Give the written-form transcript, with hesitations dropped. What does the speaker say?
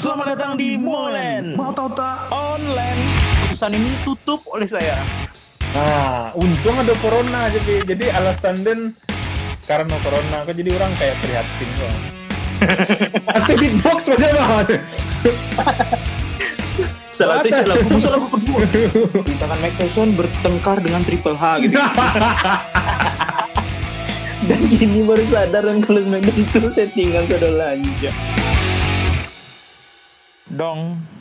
Selamat datang di Molen. Mau tahu tak? Online. Perusahaan ini tutup oleh saya. Nah, untung ada corona jadi alasan Den karena corona aku jadi orang kayak prihatin kok. Atau beatbox aja banget. Salah saja lagu kedua. Kita kan Mike Tyson bertengkar dengan Triple H gitu. Dan gini baru sadar yang kalau Smackdown itu settingan sudah lanjut. Dong.